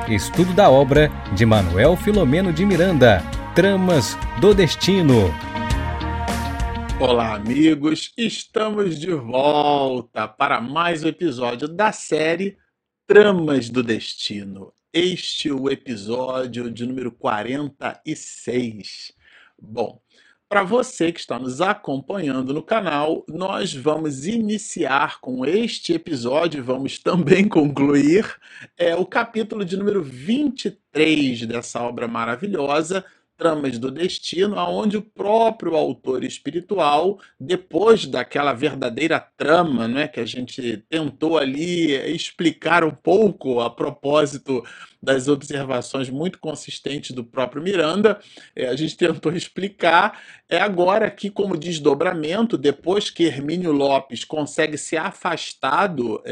Estudo da obra de Manuel Filomeno de Miranda, Tramas do Destino. Olá, amigos! Estamos de volta para mais um episódio da série Tramas do Destino. Este é o episódio de número 46. Bom, para você que está nos acompanhando no canal, nós vamos iniciar com este episódio, vamos também concluir o capítulo de número 23 dessa obra maravilhosa, Tramas do Destino, onde o próprio autor espiritual, depois daquela verdadeira trama, né, que a gente tentou ali explicar um pouco a propósito das observações muito consistentes do próprio Miranda, a gente tentou explicar, agora aqui como desdobramento, depois que Hermínio Lopes consegue ser afastado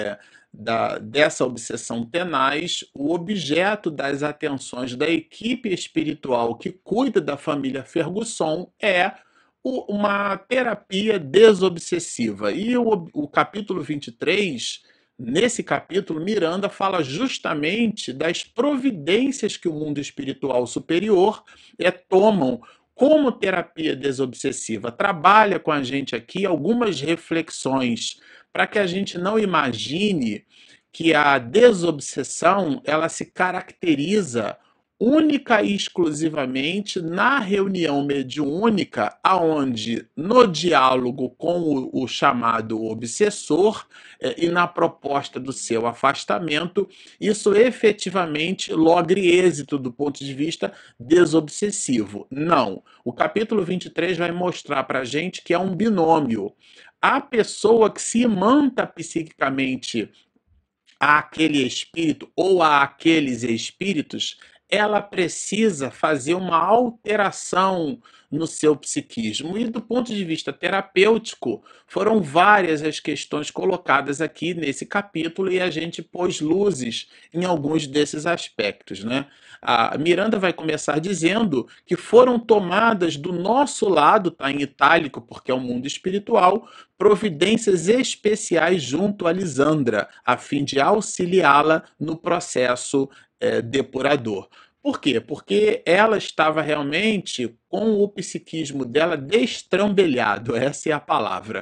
dessa obsessão tenaz, o objeto das atenções da equipe espiritual que cuida da família Fergusson é uma terapia desobsessiva. E o capítulo 23, nesse capítulo, Miranda fala justamente das providências que o mundo espiritual superior tomam como terapia desobsessiva. Trabalha com a gente aqui algumas reflexões para que a gente não imagine que a desobsessão ela se caracteriza única e exclusivamente na reunião mediúnica, aonde no diálogo com o chamado obsessor e na proposta do seu afastamento, isso efetivamente logre êxito do ponto de vista desobsessivo. Não. O capítulo 23 vai mostrar para a gente que é um binômio. A pessoa que se imanta psiquicamente àquele espírito ou àqueles espíritos, ela precisa fazer uma alteração no seu psiquismo. E do ponto de vista terapêutico, foram várias as questões colocadas aqui nesse capítulo e a gente pôs luzes em alguns desses aspectos, né? A Miranda vai começar dizendo que foram tomadas do nosso lado, está em itálico porque é o mundo espiritual, providências especiais junto a Lisandra, a fim de auxiliá-la no processo depurador. Por quê? Porque ela estava realmente com o psiquismo dela destrambelhado, essa é a palavra.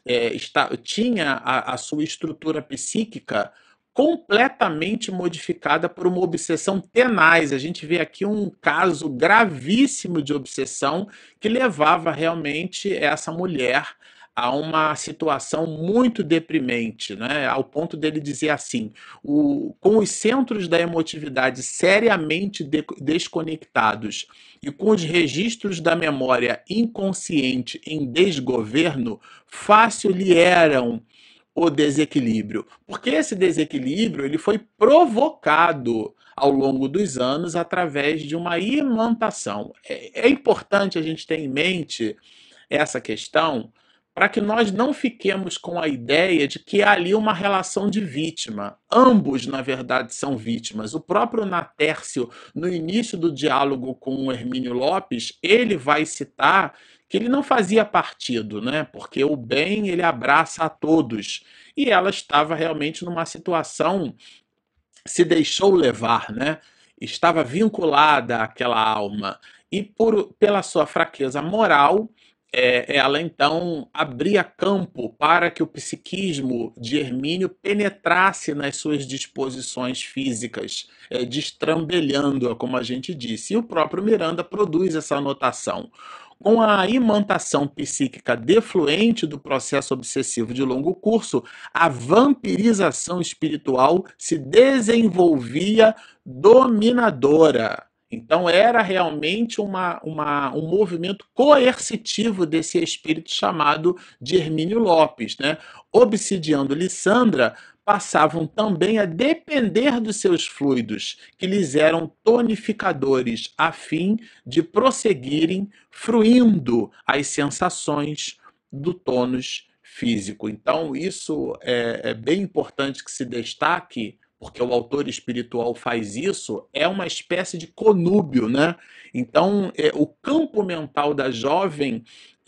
Tinha a sua estrutura psíquica completamente modificada por uma obsessão tenaz. A gente vê aqui um caso gravíssimo de obsessão que levava realmente essa mulher a uma situação muito deprimente, né? Ao ponto dele dizer assim, com os centros da emotividade seriamente desconectados e com os registros da memória inconsciente em desgoverno, fácil lhe eram o desequilíbrio, porque esse desequilíbrio ele foi provocado ao longo dos anos através de uma imantação. É importante a gente ter em mente essa questão para que nós não fiquemos com a ideia de que há ali uma relação de vítima. Ambos, na verdade, são vítimas. O próprio Natércio, no início do diálogo com o Hermínio Lopes, ele vai citar que ele não fazia partido, né? Porque o bem ele abraça a todos. E ela estava realmente numa situação, se deixou levar, né? Estava vinculada àquela alma. E pela sua fraqueza moral, ela então abria campo para que o psiquismo de Hermínio penetrasse nas suas disposições físicas, destrambelhando-a, como a gente disse. E o próprio Miranda produz essa anotação. Com a imantação psíquica defluente do processo obsessivo de longo curso, a vampirização espiritual se desenvolvia dominadora. Então era realmente um movimento coercitivo desse espírito chamado de Hermínio Lopes, né? Obsidiando Lissandra, passavam também a depender dos seus fluidos, que lhes eram tonificadores, a fim de prosseguirem fruindo as sensações do tônus físico. Então isso é bem importante que se destaque, porque o autor espiritual faz isso, é uma espécie de conúbio, né? Então, o campo mental da jovem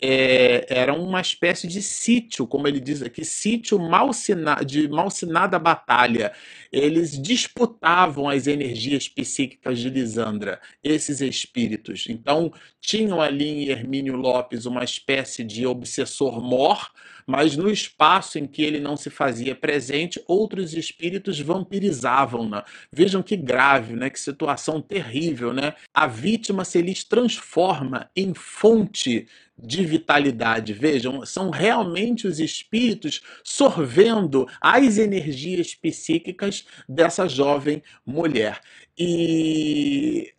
era uma espécie de sítio, como ele diz aqui, sítio de malsinada batalha. eles disputavam as energias psíquicas de Lisandra, esses espíritos. Então, tinham ali em Hermínio Lopes uma espécie de obsessor-mor, mas no espaço em que ele não se fazia presente, outros espíritos vampirizavam-na. Vejam que grave, né? Que situação terrível, né? A vítima se lhes transforma em fonte de vitalidade. Vejam, são realmente os espíritos sorvendo as energias psíquicas dessa jovem mulher. E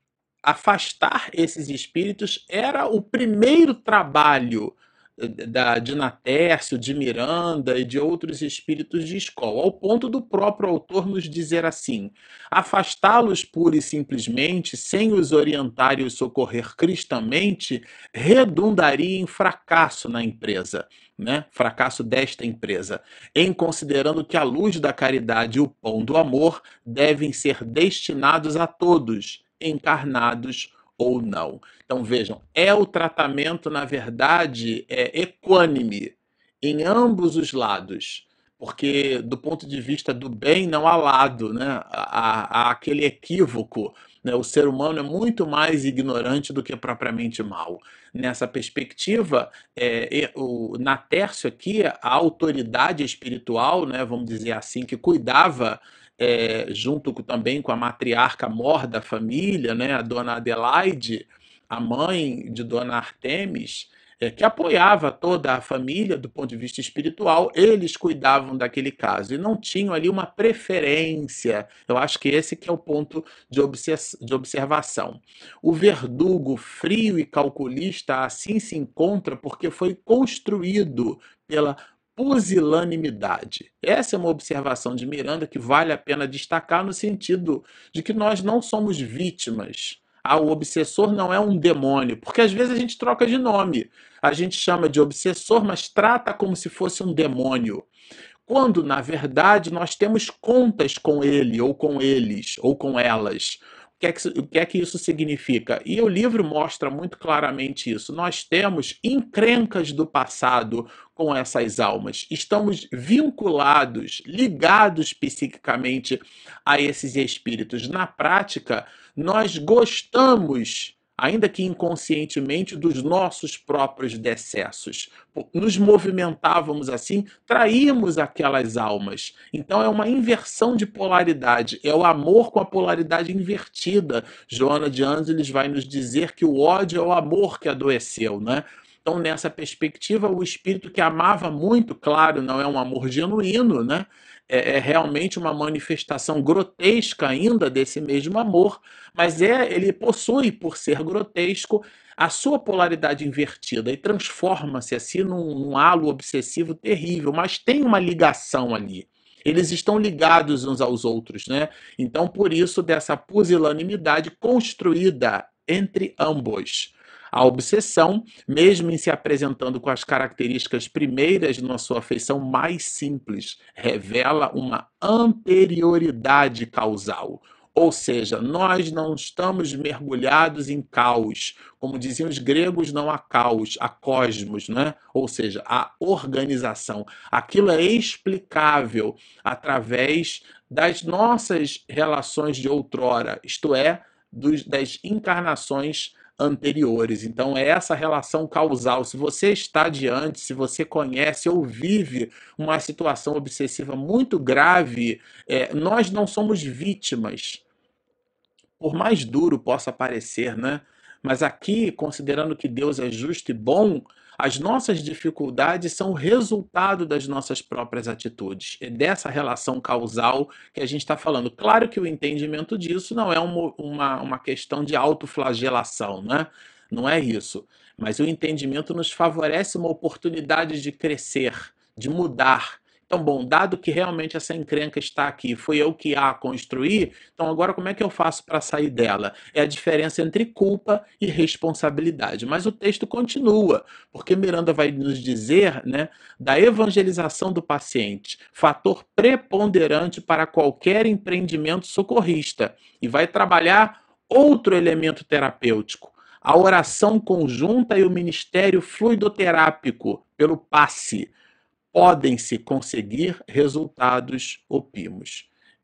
afastar esses espíritos era o primeiro trabalho de Natércio, de Miranda e de outros espíritos de escola, ao ponto do próprio autor nos dizer assim: afastá-los pura e simplesmente, sem os orientar e os socorrer cristamente, redundaria em fracasso na empresa, né? Fracasso desta empresa, em considerando que a luz da caridade e o pão do amor devem ser destinados a todos, encarnados ou não. Então vejam, é o tratamento, na verdade, equânime em ambos os lados, porque do ponto de vista do bem não há lado, né? Há aquele equívoco, né? O ser humano é muito mais ignorante do que propriamente mal. Nessa perspectiva, o Natércio aqui, a autoridade espiritual, né, vamos dizer assim, que cuidava junto também com a matriarca mor da família, né, a dona Adelaide, a mãe de dona Artemis, que apoiava toda a família do ponto de vista espiritual, eles cuidavam daquele caso e não tinham ali uma preferência. Eu acho que esse que é o ponto de observação. O verdugo frio e calculista assim se encontra porque foi construído pela pusilanimidade. Essa é uma observação de Miranda que vale a pena destacar no sentido de que nós não somos vítimas. O obsessor não é um demônio, porque às vezes a gente troca de nome. A gente chama de obsessor, mas trata como se fosse um demônio. Quando, na verdade, nós temos contas com ele, ou com eles, ou com elas. O que é que isso significa? E o livro mostra muito claramente isso. Nós temos encrencas do passado com essas almas. Estamos vinculados, ligados psiquicamente a esses espíritos. Na prática, nós gostamos, ainda que inconscientemente, dos nossos próprios decessos. Nos movimentávamos assim, traímos aquelas almas. Então é uma inversão de polaridade, é o amor com a polaridade invertida. Joana de Ângeles vai nos dizer que o ódio é o amor que adoeceu, né? Então, nessa perspectiva, o espírito que amava muito, claro, não é um amor genuíno, né? É realmente uma manifestação grotesca ainda desse mesmo amor, mas ele possui, por ser grotesco, a sua polaridade invertida e transforma-se assim num halo obsessivo terrível, mas tem uma ligação ali. Eles estão ligados uns aos outros, né? Então, por isso, dessa pusilanimidade construída entre ambos. A obsessão, mesmo em se apresentando com as características primeiras na sua feição mais simples, revela uma anterioridade causal. Ou seja, nós não estamos mergulhados em caos. Como diziam os gregos, não há caos, há cosmos, né? Ou seja, há organização. Aquilo é explicável através das nossas relações de outrora, isto é, das encarnações anteriores. Então, é essa relação causal. Se você está diante, se você conhece ou vive uma situação obsessiva muito grave, nós não somos vítimas, por mais duro possa parecer, né? Mas aqui, considerando que Deus é justo e bom, as nossas dificuldades são resultado das nossas próprias atitudes. É dessa relação causal que a gente está falando. Claro que o entendimento disso não é uma questão de autoflagelação, né? Não é isso. Mas o entendimento nos favorece uma oportunidade de crescer, de mudar. Então, bom, dado que realmente essa encrenca está aqui, foi eu que a construí, então agora como é que eu faço para sair dela? É a diferença entre culpa e responsabilidade. Mas o texto continua, porque Miranda vai nos dizer, né, da evangelização do paciente, fator preponderante para qualquer empreendimento socorrista, e vai trabalhar outro elemento terapêutico, a oração conjunta e o ministério fluidoterápico pelo passe podem-se conseguir resultados opimos.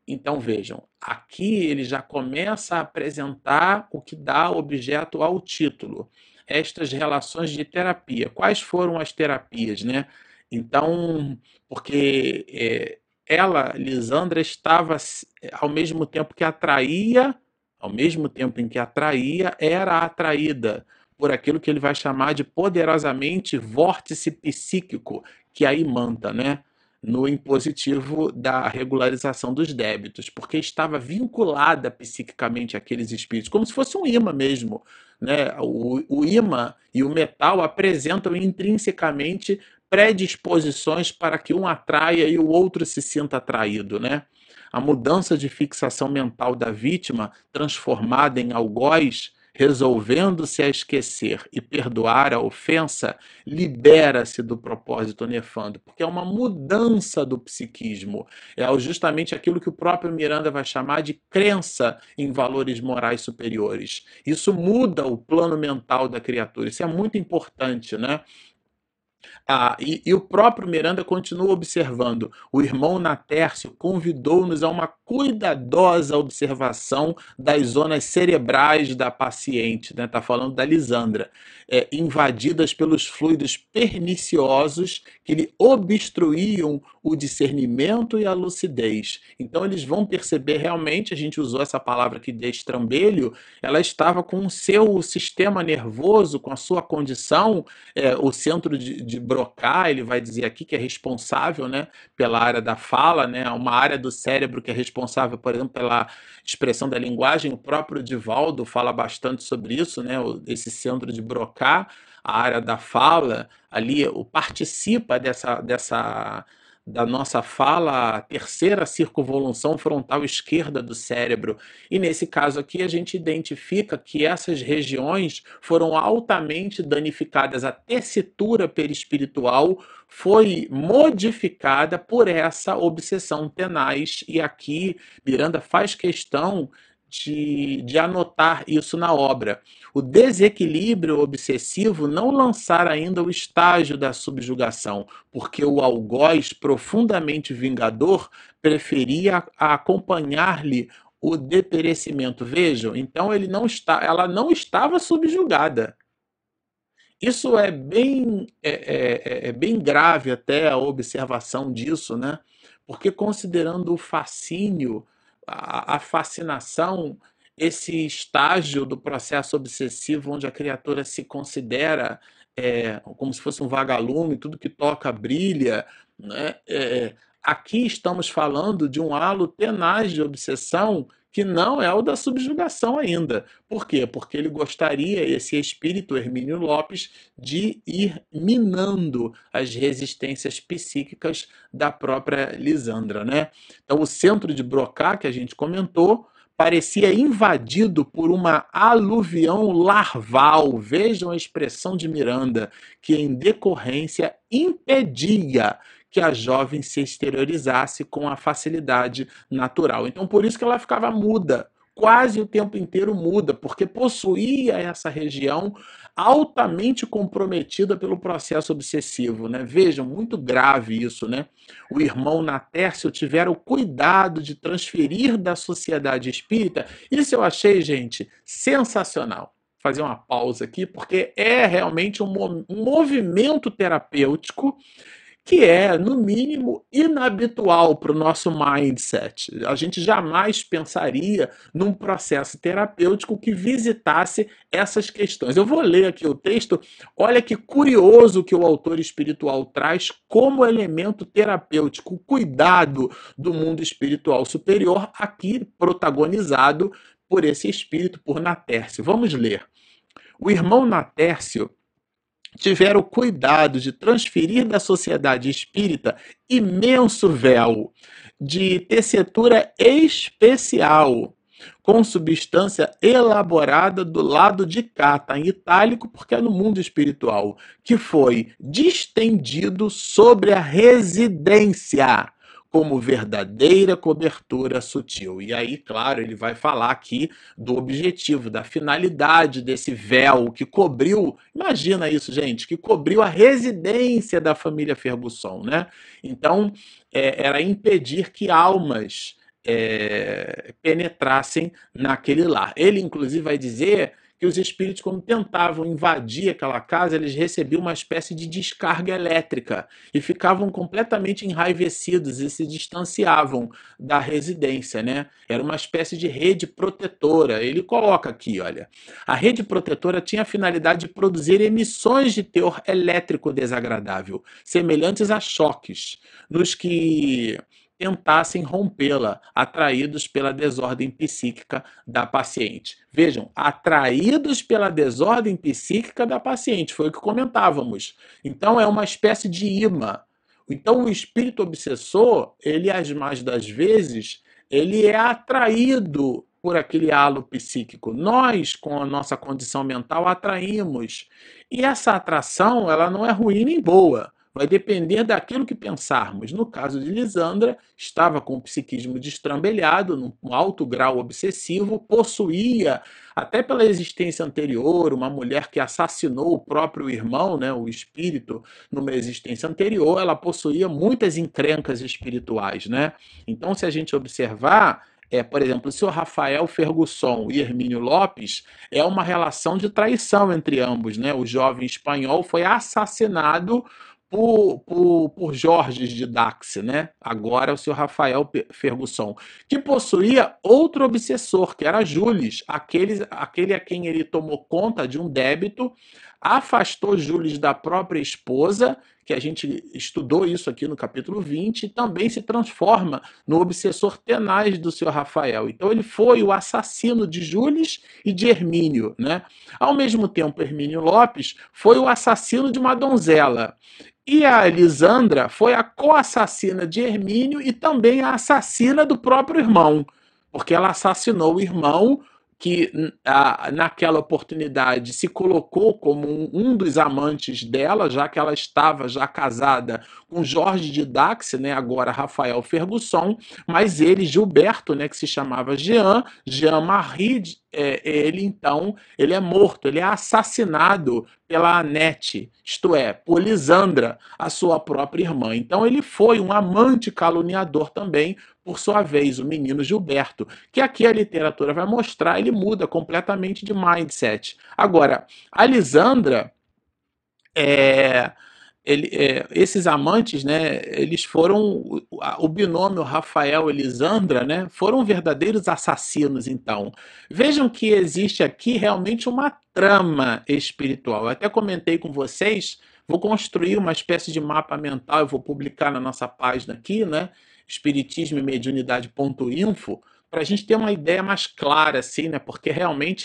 Então vejam, aqui ele já começa a apresentar o que dá objeto ao título, estas relações de terapia. Quais foram as terapias, né? Então, porque ela, Lisandra, estava ao mesmo tempo que atraía, ao mesmo tempo em que atraía, era atraída por aquilo que ele vai chamar de poderosamente vórtice psíquico que a imanta, né? No impositivo da regularização dos débitos, porque estava vinculada psiquicamente àqueles espíritos, como se fosse um imã mesmo. Né? O imã e o metal apresentam intrinsecamente predisposições para que um atraia e o outro se sinta atraído. Né? A mudança de fixação mental da vítima, transformada em algoz, resolvendo-se a esquecer e perdoar a ofensa, libera-se do propósito nefando, porque é uma mudança do psiquismo. É justamente aquilo que o próprio Miranda vai chamar de crença em valores morais superiores. Isso muda o plano mental da criatura. Isso é muito importante, né? E o próprio Miranda continua observando. O irmão Natércio convidou-nos a uma cuidadosa observação das zonas cerebrais da paciente, né? Está falando da Lisandra, invadidas pelos fluidos perniciosos que lhe obstruíam o discernimento e a lucidez. Então eles vão perceber realmente, a gente usou essa palavra aqui de estrambelho, ela estava com o seu sistema nervoso, com a sua condição, o centro de Broca, ele vai dizer aqui que é responsável, né, pela área da fala, né, uma área do cérebro que é responsável, por exemplo, pela expressão da linguagem. O próprio Divaldo fala bastante sobre isso, né, esse centro de Broca, a área da fala, ali participa da nossa fala, a terceira circunvolução frontal esquerda do cérebro. E nesse caso aqui a gente identifica que essas regiões foram altamente danificadas. A tessitura perispiritual foi modificada por essa obsessão tenaz. E aqui Miranda faz questão de anotar isso na obra. O desequilíbrio obsessivo não lançara ainda o estágio da subjugação, porque o algoz profundamente vingador preferia acompanhar-lhe o deperecimento. Vejam, então ela não estava subjugada. Isso é bem grave até a observação disso, né? Porque considerando o fascínio, a fascinação, esse estágio do processo obsessivo onde a criatura se considera como se fosse um vagalume, tudo que toca brilha, né? Aqui estamos falando de um halo tenaz de obsessão que não é o da subjugação ainda. Por quê? Porque ele gostaria, esse espírito Hermínio Lopes, de ir minando as resistências psíquicas da própria Lisandra, né? Então, o centro de Broca, que a gente comentou, parecia invadido por uma aluvião larval. Vejam a expressão de Miranda, que em decorrência impedia que a jovem se exteriorizasse com a facilidade natural. Então, por isso que ela ficava muda, quase o tempo inteiro muda, porque possuía essa região altamente comprometida pelo processo obsessivo, né? Vejam, muito grave isso, né? O irmão Natércio tivera o cuidado de transferir da sociedade espírita. Isso eu achei, gente, sensacional. Fazer uma pausa aqui, porque é realmente um movimento terapêutico que é, no mínimo, inabitual para o nosso mindset. A gente jamais pensaria num processo terapêutico que visitasse essas questões. Eu vou ler aqui o texto. Olha que curioso que o autor espiritual traz como elemento terapêutico, o cuidado do mundo espiritual superior, aqui protagonizado por esse espírito, por Natércio. Vamos ler. O irmão Natércio tiveram o cuidado de transferir da sociedade espírita imenso véu de tessitura especial, com substância elaborada do lado de cá, tá em itálico porque é no mundo espiritual, que foi distendido sobre a residência, como verdadeira cobertura sutil. E aí, claro, ele vai falar aqui do objetivo, da finalidade desse véu que cobriu, imagina isso, gente, que cobriu a residência da família Fergusson, né? Então, era impedir que almas penetrassem naquele lar. Ele, inclusive, vai dizer que os espíritos, quando tentavam invadir aquela casa, eles recebiam uma espécie de descarga elétrica e ficavam completamente enraivecidos e se distanciavam da residência, né? Era uma espécie de rede protetora. Ele coloca aqui, olha, a rede protetora tinha a finalidade de produzir emissões de teor elétrico desagradável, semelhantes a choques, nos que tentassem rompê-la, atraídos pela desordem psíquica da paciente. Vejam, atraídos pela desordem psíquica da paciente, foi o que comentávamos. Então é uma espécie de imã. Então o espírito obsessor, ele as mais das vezes, ele é atraído por aquele halo psíquico. Nós, com a nossa condição mental, atraímos. E essa atração, ela não é ruim nem boa. Vai depender daquilo que pensarmos. No caso de Lisandra, estava com o psiquismo destrambelhado, num alto grau obsessivo, possuía, até pela existência anterior, uma mulher que assassinou o próprio irmão, né, o espírito, numa existência anterior, ela possuía muitas encrencas espirituais, né? Então, se a gente observar, por exemplo, o senhor Rafael Fergusson e Hermínio Lopes, é uma relação de traição entre ambos, né? O jovem espanhol foi assassinado por Jorge de Dax, né? Agora o senhor Rafael Fergusson, que possuía outro obsessor, que era Jules, aquele a quem ele tomou conta de um débito, afastou Jules da própria esposa, que a gente estudou isso aqui no capítulo 20, e também se transforma no obsessor tenaz do senhor Rafael. Então ele foi o assassino de Jules e de Hermínio, né? Ao mesmo tempo, Hermínio Lopes foi o assassino de uma donzela. E a Lisandra foi a co-assassina de Hermínio e também a assassina do próprio irmão, porque ela assassinou o irmão que naquela oportunidade se colocou como um dos amantes dela, já que ela estava já casada com Jorge de Dax, né, agora Rafael Fergusson, mas ele, Gilberto, né, que se chamava Jean-Marie, ele é morto, ele é assassinado pela Anete, isto é, por Lisandra, a sua própria irmã. Então ele foi um amante caluniador também, por sua vez, o menino Gilberto, que aqui a literatura vai mostrar, ele muda completamente de mindset. Agora, a Lisandra, esses amantes, né, eles foram, o binômio Rafael e Lisandra, né, foram verdadeiros assassinos, então. Vejam que existe aqui realmente uma trama espiritual. Eu até comentei com vocês, vou construir uma espécie de mapa mental, eu vou publicar na nossa página aqui, né, espiritismo e mediunidade.info, para a gente ter uma ideia mais clara, assim, né? Porque realmente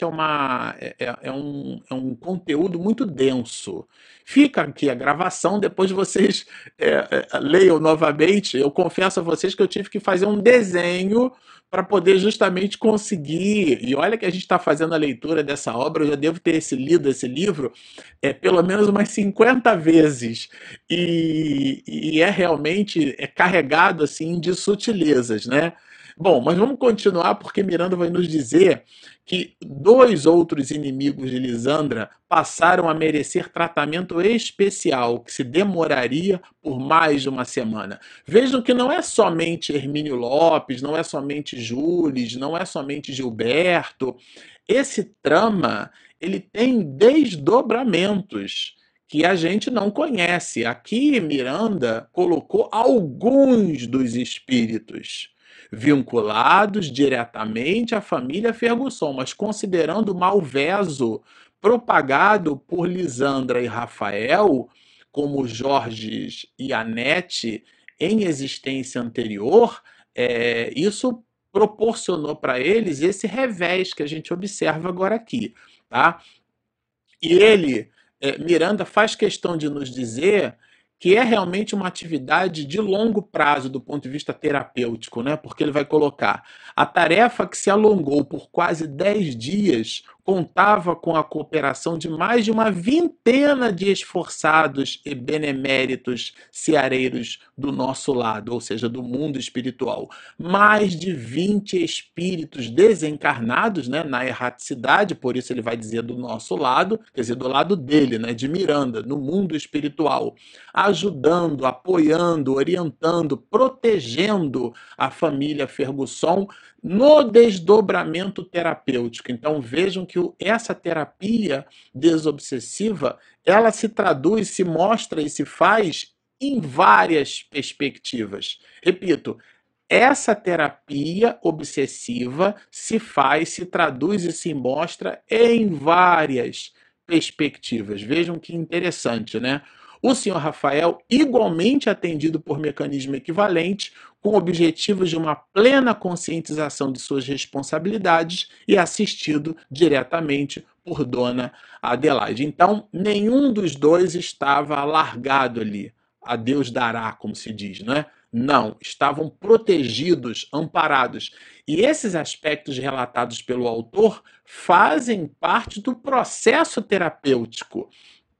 é um conteúdo muito denso. Fica aqui a gravação, depois vocês leiam novamente. Eu confesso a vocês que eu tive que fazer um desenho para poder justamente conseguir. E olha que a gente está fazendo a leitura dessa obra, eu já devo ter lido esse livro pelo menos umas 50 vezes. E é realmente carregado assim de sutilezas, né? Bom, mas vamos continuar porque Miranda vai nos dizer que dois outros inimigos de Lisandra passaram a merecer tratamento especial, que se demoraria por mais de uma semana. Vejam que não é somente Hermínio Lopes, não é somente Jules, não é somente Gilberto. Esse trama, ele tem desdobramentos que a gente não conhece. Aqui Miranda colocou alguns dos espíritos vinculados diretamente à família Fergusson, mas considerando o malveso propagado por Lisandra e Rafael, como Jorge e Anete, em existência anterior, isso proporcionou para eles esse revés que a gente observa agora aqui, tá? E ele, Miranda, faz questão de nos dizer que é realmente uma atividade de longo prazo do ponto de vista terapêutico, né? Porque ele vai colocar a tarefa que se alongou por quase 10 dias contava com a cooperação de mais de uma vintena de esforçados e beneméritos ceareiros do nosso lado, ou seja, do mundo espiritual. Mais de 20 espíritos desencarnados, né, na erraticidade, por isso ele vai dizer do nosso lado, quer dizer, do lado dele, né, de Miranda, no mundo espiritual, ajudando, apoiando, orientando, protegendo a família Fergusson no desdobramento terapêutico. Então vejam que essa terapia desobsessiva, ela se traduz, se mostra e se faz em várias perspectivas. Repito, essa terapia obsessiva se faz, se traduz e se mostra em várias perspectivas. Vejam que interessante, né? O senhor Rafael, igualmente atendido por mecanismo equivalente, com objetivos de uma plena conscientização de suas responsabilidades e assistido diretamente por Dona Adelaide. Então, nenhum dos dois estava largado ali. A Deus dará, como se diz, não é? Não, estavam protegidos, amparados. E esses aspectos relatados pelo autor fazem parte do processo terapêutico.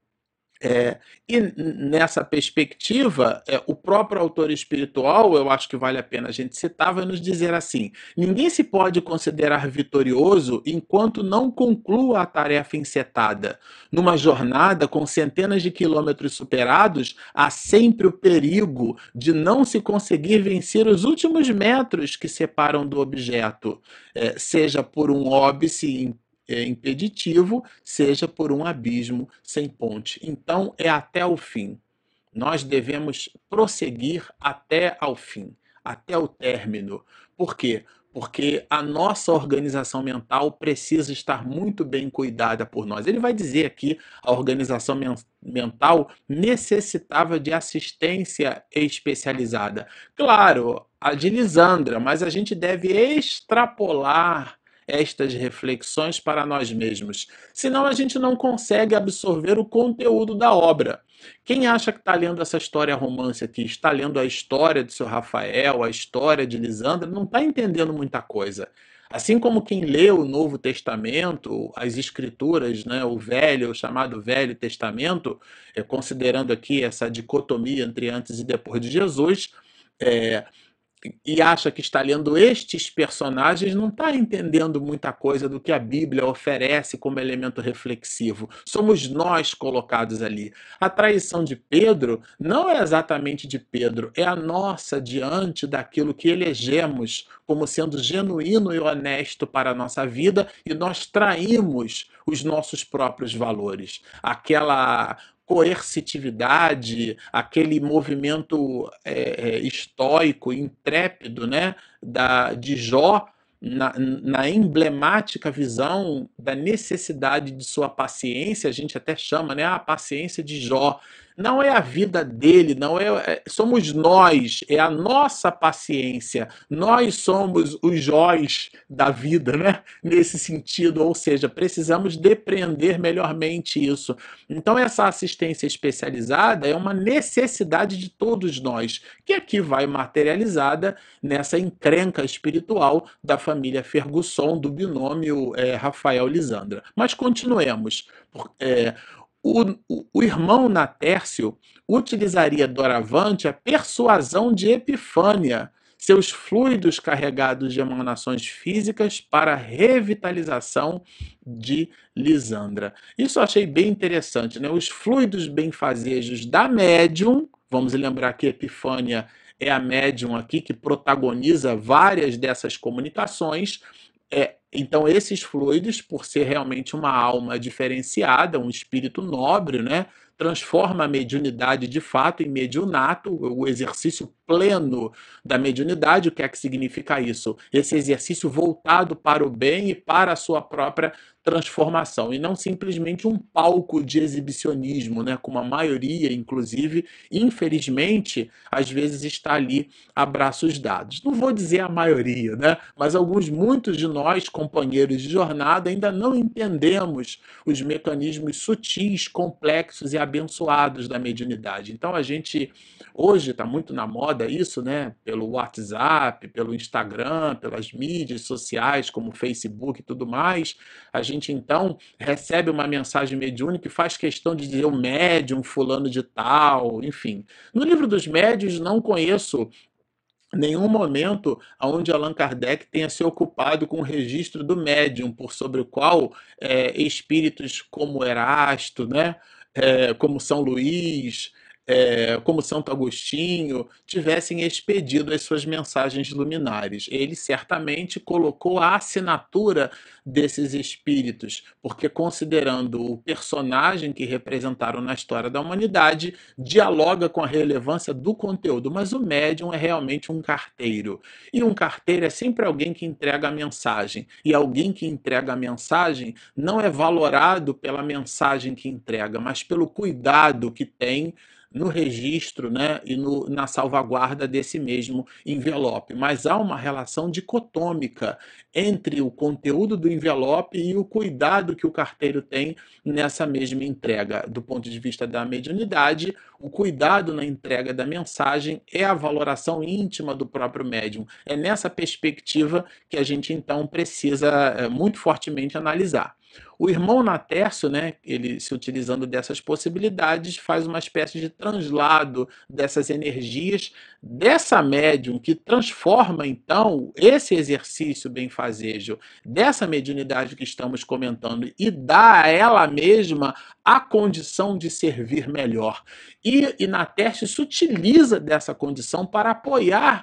E nessa perspectiva, o próprio autor espiritual, eu acho que vale a pena a gente citar, vai nos dizer assim: ninguém se pode considerar vitorioso enquanto não conclua a tarefa encetada. Numa jornada com centenas de quilômetros superados, há sempre o perigo de não se conseguir vencer os últimos metros que separam do objeto, seja por um óbice impeditivo, seja por um abismo sem ponte. Então, é até o fim. Nós devemos prosseguir até ao fim, até o término. Por quê? Porque a nossa organização mental precisa estar muito bem cuidada por nós. Ele vai dizer aqui, a organização mental necessitava de assistência especializada. Claro, a de Lisandra, mas a gente deve extrapolar estas reflexões para nós mesmos. Senão a gente não consegue absorver o conteúdo da obra. Quem acha que está lendo essa história romance aqui, está lendo a história de seu Rafael, a história de Lisandra, não está entendendo muita coisa. Assim como quem lê o Novo Testamento, as Escrituras, né, o Velho, o chamado Velho Testamento, considerando aqui essa dicotomia entre antes e depois de Jesus, e acha que está lendo estes personagens, não está entendendo muita coisa do que a Bíblia oferece como elemento reflexivo. Somos nós colocados ali. A traição de Pedro não é exatamente de Pedro, é a nossa diante daquilo que elegemos como sendo genuíno e honesto para a nossa vida, e nós traímos os nossos próprios valores. Aquela coercitividade, aquele movimento estoico, intrépido, né, de Jó, na emblemática visão da necessidade de sua paciência, a gente até chama, né, a paciência de Jó. Não é a vida dele, não somos nós, é a nossa paciência. Nós somos os Jóis da vida, né? Nesse sentido, ou seja, precisamos depreender melhormente isso. Então, essa assistência especializada é uma necessidade de todos nós, que aqui vai materializada nessa encrenca espiritual da família Fergusson, do binômio Rafael Lisandra. Mas continuemos. O irmão Natércio utilizaria doravante a persuasão de Epifânia, seus fluidos carregados de emanações físicas, para a revitalização de Lisandra. Isso eu achei bem interessante, né? Os fluidos benfazejos da médium, vamos lembrar que Epifânia é a médium aqui que protagoniza várias dessas comunicações. Então, esses fluidos, por ser realmente uma alma diferenciada, um espírito nobre, né, transforma a mediunidade de fato em mediunato, o exercício pleno da mediunidade. O que é que significa isso? Esse exercício voltado para o bem e para a sua própria transformação, e não simplesmente um palco de exibicionismo, né, como a maioria, inclusive, infelizmente, às vezes está ali a braços dados. Não vou dizer a maioria, né, mas muitos de nós companheiros de jornada, ainda não entendemos os mecanismos sutis, complexos e abençoados da mediunidade. Então a gente hoje está muito na moda isso, né? Pelo WhatsApp, pelo Instagram, pelas mídias sociais como Facebook e tudo mais, a gente então recebe uma mensagem mediúnica e faz questão de dizer o médium fulano de tal, enfim. No livro dos médiuns não conheço nenhum momento onde Allan Kardec tenha se ocupado com o registro do médium, por sobre o qual espíritos como Erasto, né, como São Luís, como Santo Agostinho, tivessem expedido as suas mensagens luminares. Ele certamente colocou a assinatura desses espíritos, porque considerando o personagem que representaram na história da humanidade, dialoga com a relevância do conteúdo, mas o médium é realmente um carteiro. E um carteiro é sempre alguém que entrega a mensagem. E alguém que entrega a mensagem não é valorado pela mensagem que entrega, mas pelo cuidado que tem no registro, né, e na salvaguarda desse mesmo envelope. Mas há uma relação dicotômica entre o conteúdo do envelope e o cuidado que o carteiro tem nessa mesma entrega. Do ponto de vista da mediunidade, o cuidado na entrega da mensagem é a valoração íntima do próprio médium. É nessa perspectiva que a gente então precisa muito fortemente analisar. O irmão Natércio, né, ele se utilizando dessas possibilidades, faz uma espécie de translado dessas energias dessa médium que transforma então esse exercício benfazejo dessa mediunidade que estamos comentando e dá a ela mesma a condição de servir melhor. E Natércio se utiliza dessa condição para apoiar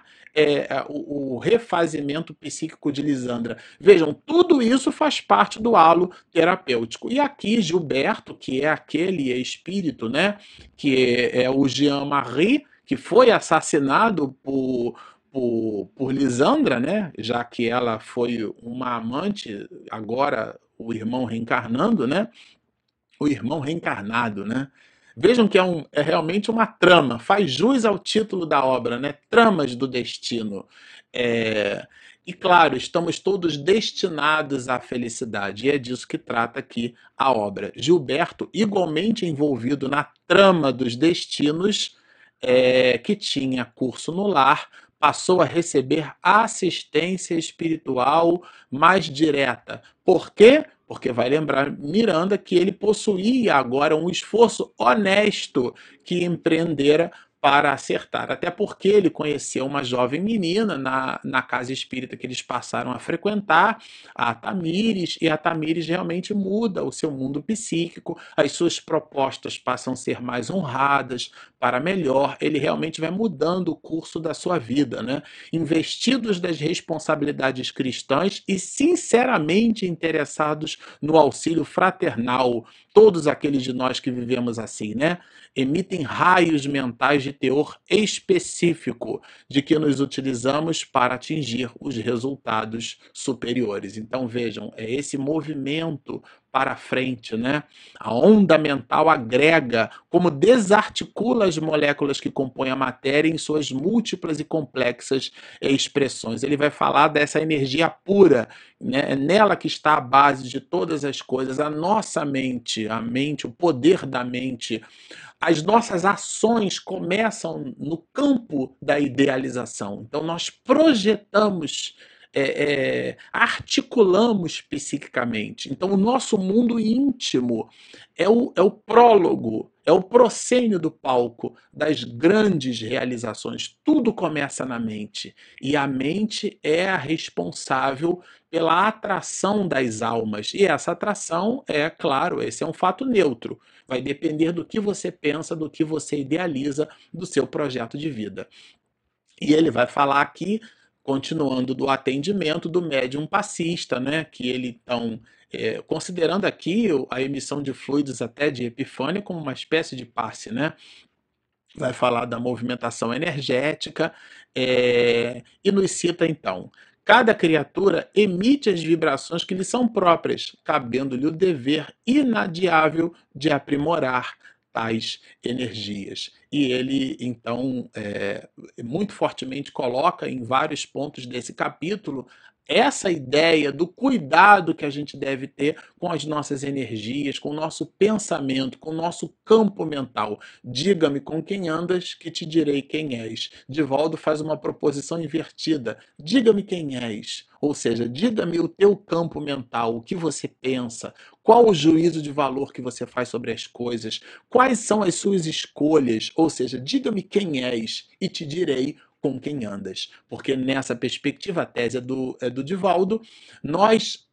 o refazimento psíquico de Lisandra. Vejam, tudo isso faz parte do halo terapêutico. E aqui Gilberto, que é aquele espírito, né, que é o Jean-Marie, que foi assassinado por Lisandra, né, já que ela foi uma amante, agora o irmão reencarnando, né, o irmão reencarnado, né? Vejam que é realmente uma trama, faz jus ao título da obra, né? Tramas do destino. E claro, estamos todos destinados à felicidade, e é disso que trata aqui a obra. Gilberto, igualmente envolvido na trama dos destinos, que tinha curso no lar, passou a receber assistência espiritual mais direta. Por quê? Porque vai lembrar Miranda que ele possuía agora um esforço honesto que empreendera para acertar. Até porque ele conheceu uma jovem menina na casa espírita que eles passaram a frequentar, a Tamires, e a Tamires realmente muda o seu mundo psíquico, as suas propostas passam a ser mais honradas, para melhor, ele realmente vai mudando o curso da sua vida, né? Investidos das responsabilidades cristãs e sinceramente interessados no auxílio fraternal, todos aqueles de nós que vivemos assim, né? Emitem raios mentais de teor específico de que nos utilizamos para atingir os resultados superiores. Então vejam, é esse movimento para frente, né? A onda mental agrega, como desarticula as moléculas que compõem a matéria em suas múltiplas e complexas expressões. Ele vai falar dessa energia pura, né? É nela que está a base de todas as coisas. A nossa mente, a mente, o poder da mente, as nossas ações começam no campo da idealização. Então, nós projetamos, articulamos psiquicamente. Então, o nosso mundo íntimo é o prólogo, é o proscênio do palco das grandes realizações. Tudo começa na mente. E a mente é a responsável pela atração das almas. E essa atração é, claro, esse é um fato neutro. Vai depender do que você pensa, do que você idealiza, do seu projeto de vida. E ele vai falar aqui, continuando do atendimento do médium passista, né? Que ele então, considerando aqui a emissão de fluidos até de epifânia como uma espécie de passe, né? Vai falar da movimentação energética, e nos cita então: cada criatura emite as vibrações que lhe são próprias, cabendo-lhe o dever inadiável de aprimorar tais energias. E ele, então, muito fortemente coloca em vários pontos desse capítulo essa ideia do cuidado que a gente deve ter com as nossas energias, com o nosso pensamento, com o nosso campo mental. Diga-me com quem andas, que te direi quem és. Divaldo faz uma proposição invertida. Diga-me quem és. Ou seja, diga-me o teu campo mental, o que você pensa, qual o juízo de valor que você faz sobre as coisas, quais são as suas escolhas. Ou seja, diga-me quem és e te direi com quem andas. Porque nessa perspectiva, a tese é do Divaldo, nós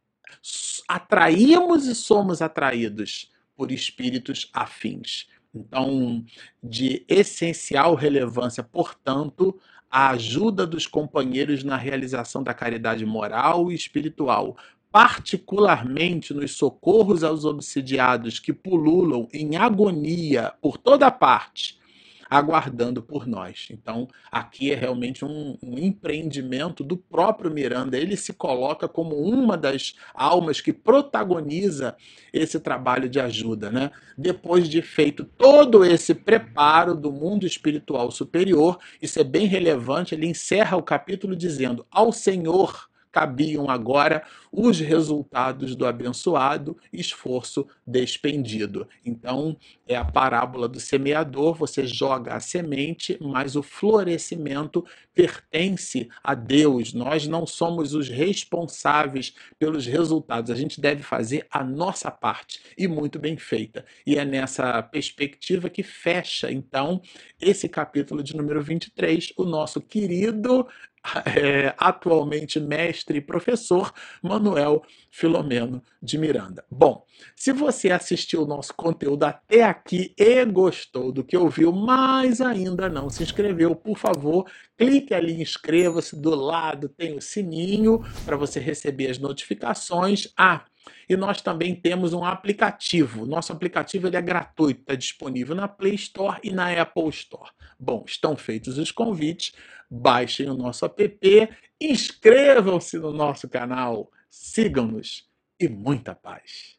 atraímos e somos atraídos por espíritos afins. Então, de essencial relevância, portanto, a ajuda dos companheiros na realização da caridade moral e espiritual, particularmente nos socorros aos obsidiados que pululam em agonia por toda parte, aguardando por nós. Então, aqui é realmente um empreendimento do próprio Miranda. Ele se coloca como uma das almas que protagoniza esse trabalho de ajuda, né? Depois de feito todo esse preparo do mundo espiritual superior, isso é bem relevante, ele encerra o capítulo dizendo: ao Senhor cabiam agora os resultados do abençoado esforço despendido. Então, é a parábola do semeador, você joga a semente, mas o florescimento pertence a Deus. Nós não somos os responsáveis pelos resultados. A gente deve fazer a nossa parte, e muito bem feita. E é nessa perspectiva que fecha, então, esse capítulo de número 23, o nosso querido atualmente mestre e professor Manuel Filomeno de Miranda. Bom, se você assistiu o nosso conteúdo até aqui e gostou do que ouviu, mas ainda não se inscreveu, por favor, clique ali em inscreva-se, do lado tem o sininho para você receber as notificações. E nós também temos um aplicativo. Nosso aplicativo ele é gratuito, está disponível na Play Store e na Apple Store. Bom, estão feitos os convites, baixem o nosso app, inscrevam-se no nosso canal, sigam-nos e muita paz.